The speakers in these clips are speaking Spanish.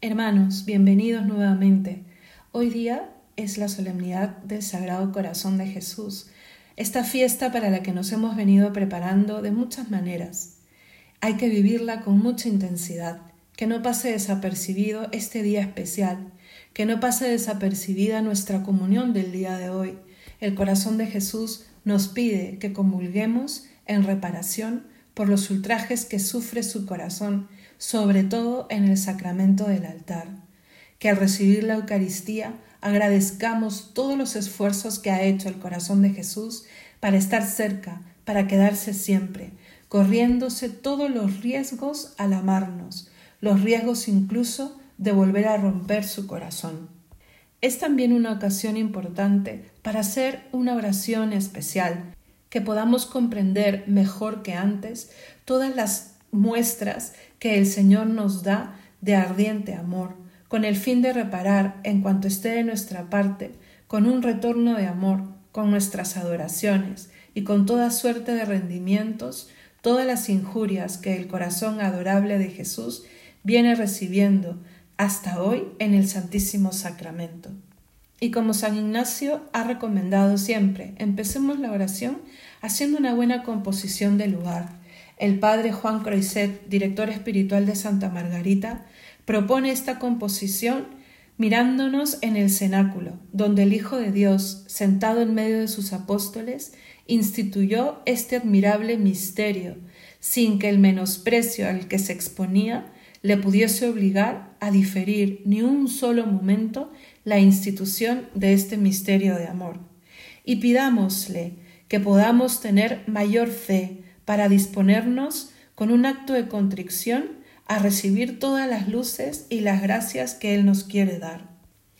Hermanos, bienvenidos nuevamente. Hoy día es la solemnidad del Sagrado Corazón de Jesús, esta fiesta para la que nos hemos venido preparando de muchas maneras. Hay que vivirla con mucha intensidad, que no pase desapercibido este día especial, que no pase desapercibida nuestra comunión del día de hoy. El corazón de Jesús nos pide que comulguemos en reparación por los ultrajes que sufre su corazón, sobre todo en el sacramento del altar. Que al recibir la Eucaristía agradezcamos todos los esfuerzos que ha hecho el corazón de Jesús para estar cerca, para quedarse siempre, corriéndose todos los riesgos al amarnos, los riesgos incluso de volver a romper su corazón. Es también una ocasión importante para hacer una oración especial, que podamos comprender mejor que antes todas las muestras que el Señor nos da de ardiente amor, con el fin de reparar en cuanto esté de nuestra parte, con un retorno de amor, con nuestras adoraciones y con toda suerte de rendimientos, todas las injurias que el corazón adorable de Jesús viene recibiendo hasta hoy en el Santísimo Sacramento. Y como San Ignacio ha recomendado siempre, empecemos la oración haciendo una buena composición del lugar. El padre Juan Croiset, director espiritual de Santa Margarita, propone esta composición mirándonos en el cenáculo, donde el Hijo de Dios, sentado en medio de sus apóstoles, instituyó este admirable misterio, sin que el menosprecio al que se exponía le pudiese obligar a diferir ni un solo momento la institución de este misterio de amor. Y pidámosle que podamos tener mayor fe para disponernos con un acto de contrición a recibir todas las luces y las gracias que Él nos quiere dar.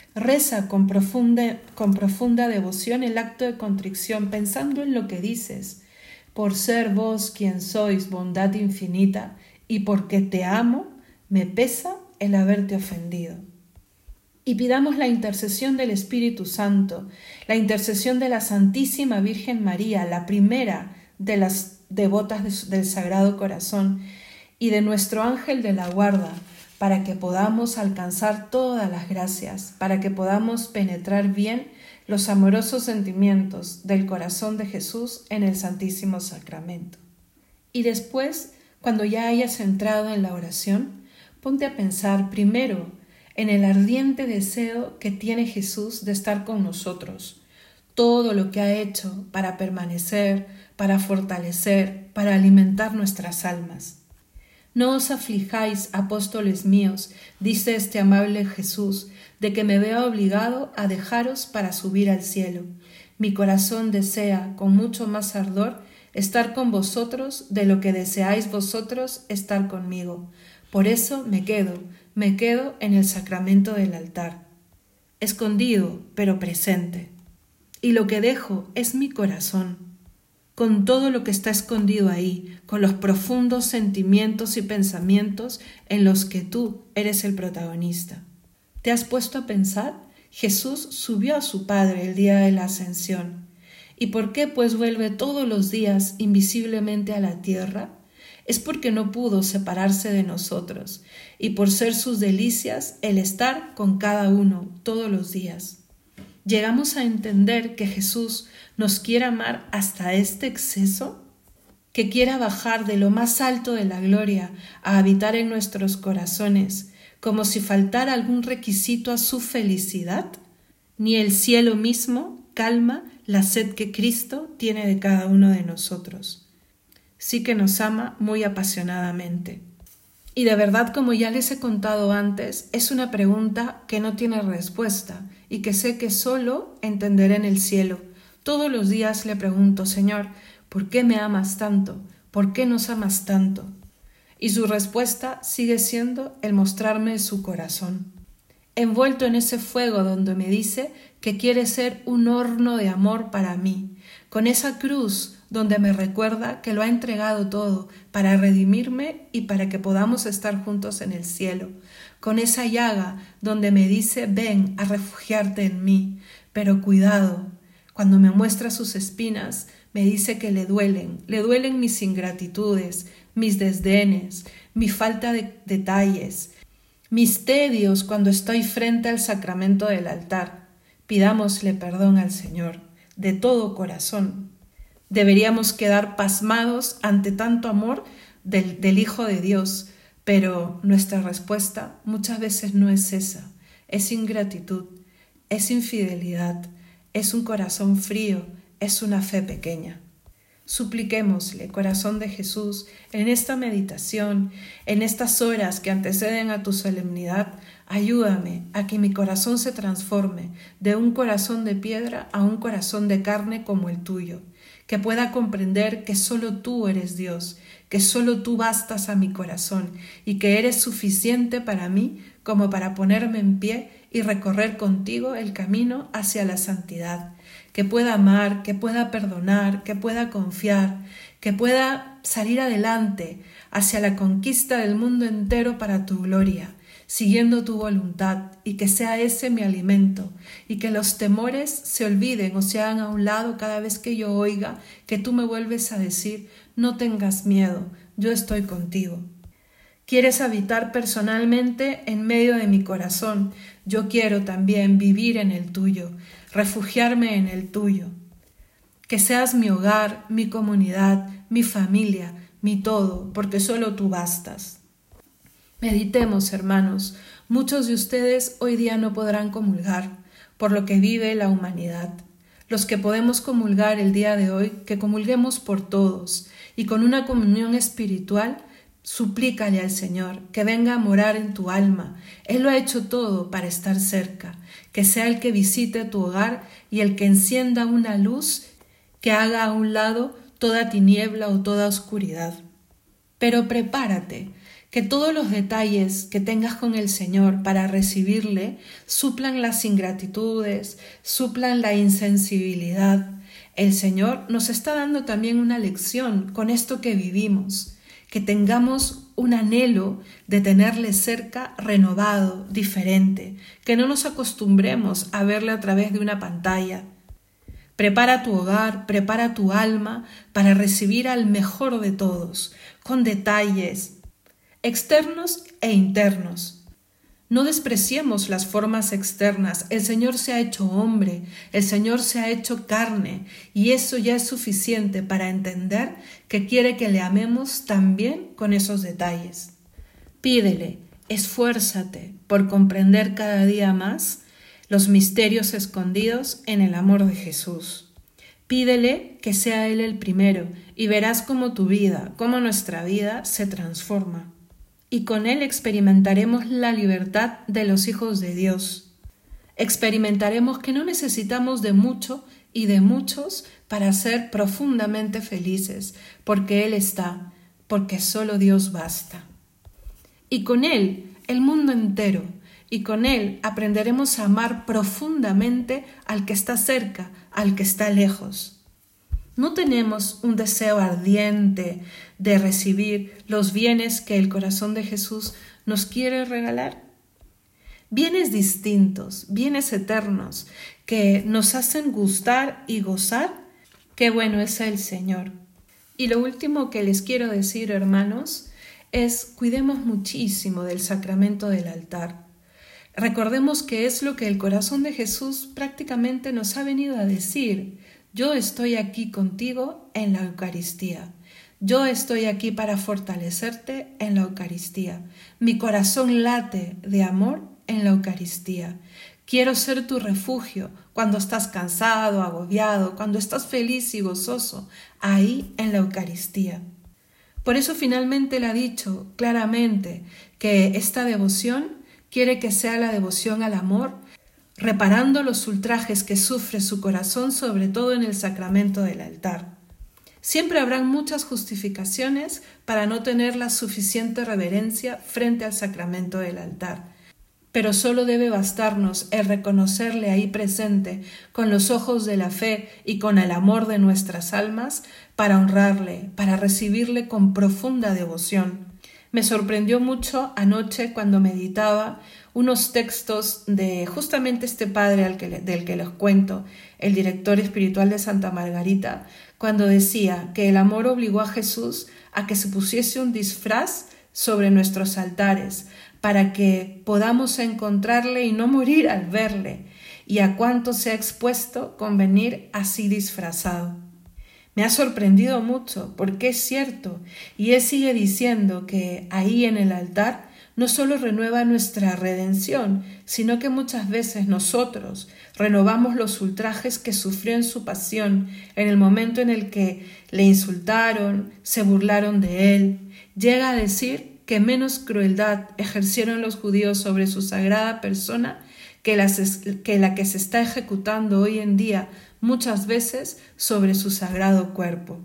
Reza con profunda devoción el acto de contrición, pensando en lo que dices. Por ser vos quien sois bondad infinita y porque te amo, me pesa el haberte ofendido. Y pidamos la intercesión del Espíritu Santo, la intercesión de la Santísima Virgen María, la primera de las devotas del Sagrado Corazón, y de nuestro ángel de la guarda, para que podamos alcanzar todas las gracias, para que podamos penetrar bien los amorosos sentimientos del corazón de Jesús en el Santísimo Sacramento. Y después, cuando ya hayas entrado en la oración, ponte a pensar primero en el ardiente deseo que tiene Jesús de estar con nosotros, todo lo que ha hecho para permanecer, para fortalecer, para alimentar nuestras almas. No os aflijáis, apóstoles míos, dice este amable Jesús, de que me vea obligado a dejaros para subir al cielo. Mi corazón desea, con mucho más ardor, estar con vosotros de lo que deseáis vosotros estar conmigo. Por eso me quedo en el sacramento del altar, escondido pero presente. Y lo que dejo es mi corazón, con todo lo que está escondido ahí, con los profundos sentimientos y pensamientos en los que tú eres el protagonista. ¿Te has puesto a pensar? Jesús subió a su Padre el día de la Ascensión. ¿Y por qué pues vuelve todos los días invisiblemente a la tierra? Es porque no pudo separarse de nosotros, y por ser sus delicias el estar con cada uno todos los días. ¿Llegamos a entender que Jesús nos quiere amar hasta este exceso? ¿Que quiera bajar de lo más alto de la gloria a habitar en nuestros corazones, como si faltara algún requisito a su felicidad? Ni el cielo mismo calma la sed que Cristo tiene de cada uno de nosotros. Sí que nos ama muy apasionadamente. Y de verdad, como ya les he contado antes, es una pregunta que no tiene respuesta y que sé que solo entenderé en el cielo. Todos los días le pregunto, Señor, ¿por qué me amas tanto? ¿Por qué nos amas tanto? Y su respuesta sigue siendo el mostrarme su corazón, envuelto en ese fuego donde me dice que quiere ser un horno de amor para mí, con esa cruz donde me recuerda que lo ha entregado todo para redimirme y para que podamos estar juntos en el cielo, con esa llaga donde me dice ven a refugiarte en mí, pero cuidado, cuando me muestra sus espinas me dice que le duelen mis ingratitudes, mis desdenes, mi falta de detalles, mis tedios cuando estoy frente al sacramento del altar. Pidámosle perdón al Señor, de todo corazón. Deberíamos quedar pasmados ante tanto amor del Hijo de Dios, pero nuestra respuesta muchas veces no es esa, es ingratitud, es infidelidad, es un corazón frío, es una fe pequeña. Supliquémosle, corazón de Jesús, en esta meditación, en estas horas que anteceden a tu solemnidad, ayúdame a que mi corazón se transforme de un corazón de piedra a un corazón de carne como el tuyo, que pueda comprender que solo tú eres Dios, que solo tú bastas a mi corazón y que eres suficiente para mí como para ponerme en pie y recorrer contigo el camino hacia la santidad, que pueda amar, que pueda perdonar, que pueda confiar, que pueda salir adelante hacia la conquista del mundo entero para tu gloria, siguiendo tu voluntad, y que sea ese mi alimento, y que los temores se olviden o se hagan a un lado cada vez que yo oiga que tú me vuelves a decir: no tengas miedo, yo estoy contigo. Quieres habitar personalmente en medio de mi corazón, yo quiero también vivir en el tuyo, refugiarme en el tuyo. Que seas mi hogar, mi comunidad, mi familia, mi todo, porque solo tú bastas. Meditemos, hermanos, muchos de ustedes hoy día no podrán comulgar, por lo que vive la humanidad. Los que podemos comulgar el día de hoy, que comulguemos por todos, y con una comunión espiritual, suplícale al Señor que venga a morar en tu alma. Él lo ha hecho todo para estar cerca, que sea el que visite tu hogar y el que encienda una luz que haga a un lado toda tiniebla o toda oscuridad. Pero prepárate, que todos los detalles que tengas con el Señor para recibirle suplan las ingratitudes, suplan la insensibilidad. El Señor nos está dando también una lección con esto que vivimos, que tengamos un anhelo de tenerle cerca, renovado, diferente, que no nos acostumbremos a verle a través de una pantalla. Prepara tu hogar, prepara tu alma para recibir al mejor de todos, con detalles externos e internos. No despreciemos las formas externas. El Señor se ha hecho hombre, el Señor se ha hecho carne, y eso ya es suficiente para entender que quiere que le amemos también con esos detalles. Pídele, esfuérzate por comprender cada día más los misterios escondidos en el amor de Jesús. Pídele que sea Él el primero, y verás cómo tu vida, cómo nuestra vida se transforma. Y con Él experimentaremos la libertad de los hijos de Dios. Experimentaremos que no necesitamos de mucho y de muchos para ser profundamente felices, porque Él está, porque solo Dios basta. Y con Él, el mundo entero, y con Él aprenderemos a amar profundamente al que está cerca, al que está lejos. ¿No tenemos un deseo ardiente de recibir los bienes que el corazón de Jesús nos quiere regalar? Bienes distintos, bienes eternos, que nos hacen gustar y gozar. ¡Qué bueno es el Señor! Y lo último que les quiero decir, hermanos, es cuidemos muchísimo del sacramento del altar. Recordemos que es lo que el corazón de Jesús prácticamente nos ha venido a decir. Yo estoy aquí contigo en la Eucaristía. Yo estoy aquí para fortalecerte en la Eucaristía. Mi corazón late de amor en la Eucaristía. Quiero ser tu refugio cuando estás cansado, agobiado, cuando estás feliz y gozoso, ahí en la Eucaristía. Por eso finalmente le ha dicho claramente que esta devoción quiere que sea la devoción al amor, reparando los ultrajes que sufre su corazón, sobre todo en el sacramento del altar. Siempre habrán muchas justificaciones para no tener la suficiente reverencia frente al sacramento del altar, pero solo debe bastarnos el reconocerle ahí presente con los ojos de la fe y con el amor de nuestras almas para honrarle, para recibirle con profunda devoción. Me sorprendió mucho anoche cuando meditaba unos textos de justamente este padre del que les cuento, el director espiritual de Santa Margarita, cuando decía que el amor obligó a Jesús a que se pusiese un disfraz sobre nuestros altares para que podamos encontrarle y no morir al verle, y a cuánto se ha expuesto con venir así disfrazado. Me ha sorprendido mucho, porque es cierto, y él sigue diciendo que ahí en el altar no solo renueva nuestra redención, sino que muchas veces nosotros renovamos los ultrajes que sufrió en su pasión, en el momento en el que le insultaron, se burlaron de él. Llega a decir que menos crueldad ejercieron los judíos sobre su sagrada persona que la que se está ejecutando hoy en día muchas veces sobre su sagrado cuerpo.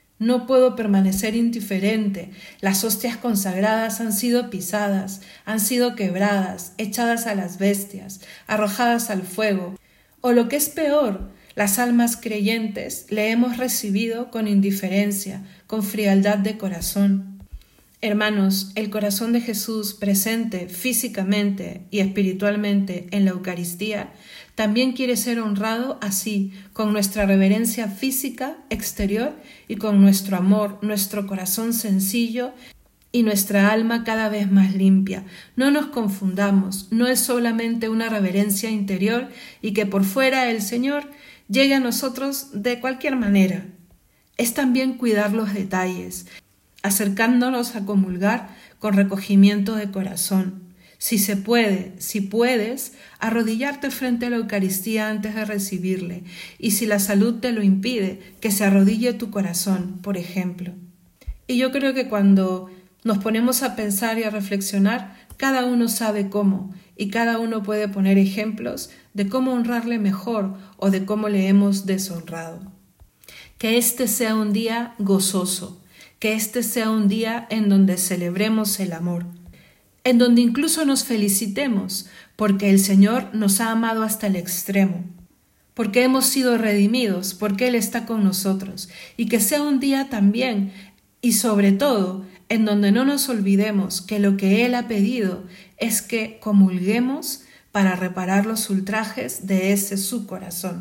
No puedo permanecer indiferente. Las hostias consagradas han sido pisadas, han sido quebradas, echadas a las bestias, arrojadas al fuego. O lo que es peor, las almas creyentes le hemos recibido con indiferencia, con frialdad de corazón. Hermanos, el corazón de Jesús presente físicamente y espiritualmente en la Eucaristía también quiere ser honrado así, con nuestra reverencia física exterior y con nuestro amor, nuestro corazón sencillo y nuestra alma cada vez más limpia. No nos confundamos, no es solamente una reverencia interior y que por fuera el Señor llegue a nosotros de cualquier manera. Es también cuidar los detalles, acercándonos a comulgar con recogimiento de corazón. Si se puede, si puedes, arrodillarte frente a la Eucaristía antes de recibirle, y si la salud te lo impide, que se arrodille tu corazón, por ejemplo. Y yo creo que cuando nos ponemos a pensar y a reflexionar, cada uno sabe cómo, y cada uno puede poner ejemplos de cómo honrarle mejor o de cómo le hemos deshonrado. Que este sea un día gozoso, que este sea un día en donde celebremos el amor, en donde incluso nos felicitemos, porque el Señor nos ha amado hasta el extremo, porque hemos sido redimidos, porque Él está con nosotros, y que sea un día también, y sobre todo, en donde no nos olvidemos que lo que Él ha pedido es que comulguemos para reparar los ultrajes de ese su corazón.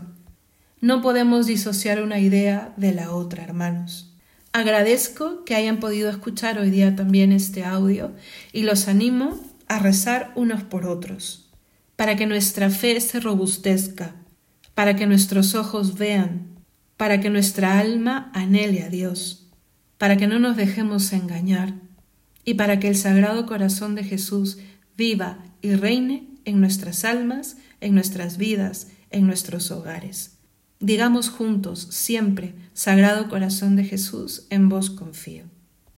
No podemos disociar una idea de la otra, hermanos. Agradezco que hayan podido escuchar hoy día también este audio y los animo a rezar unos por otros, para que nuestra fe se robustezca, para que nuestros ojos vean, para que nuestra alma anhele a Dios, para que no nos dejemos engañar y para que el Sagrado Corazón de Jesús viva y reine en nuestras almas, en nuestras vidas, en nuestros hogares. Digamos juntos siempre, Sagrado Corazón de Jesús, en vos confío.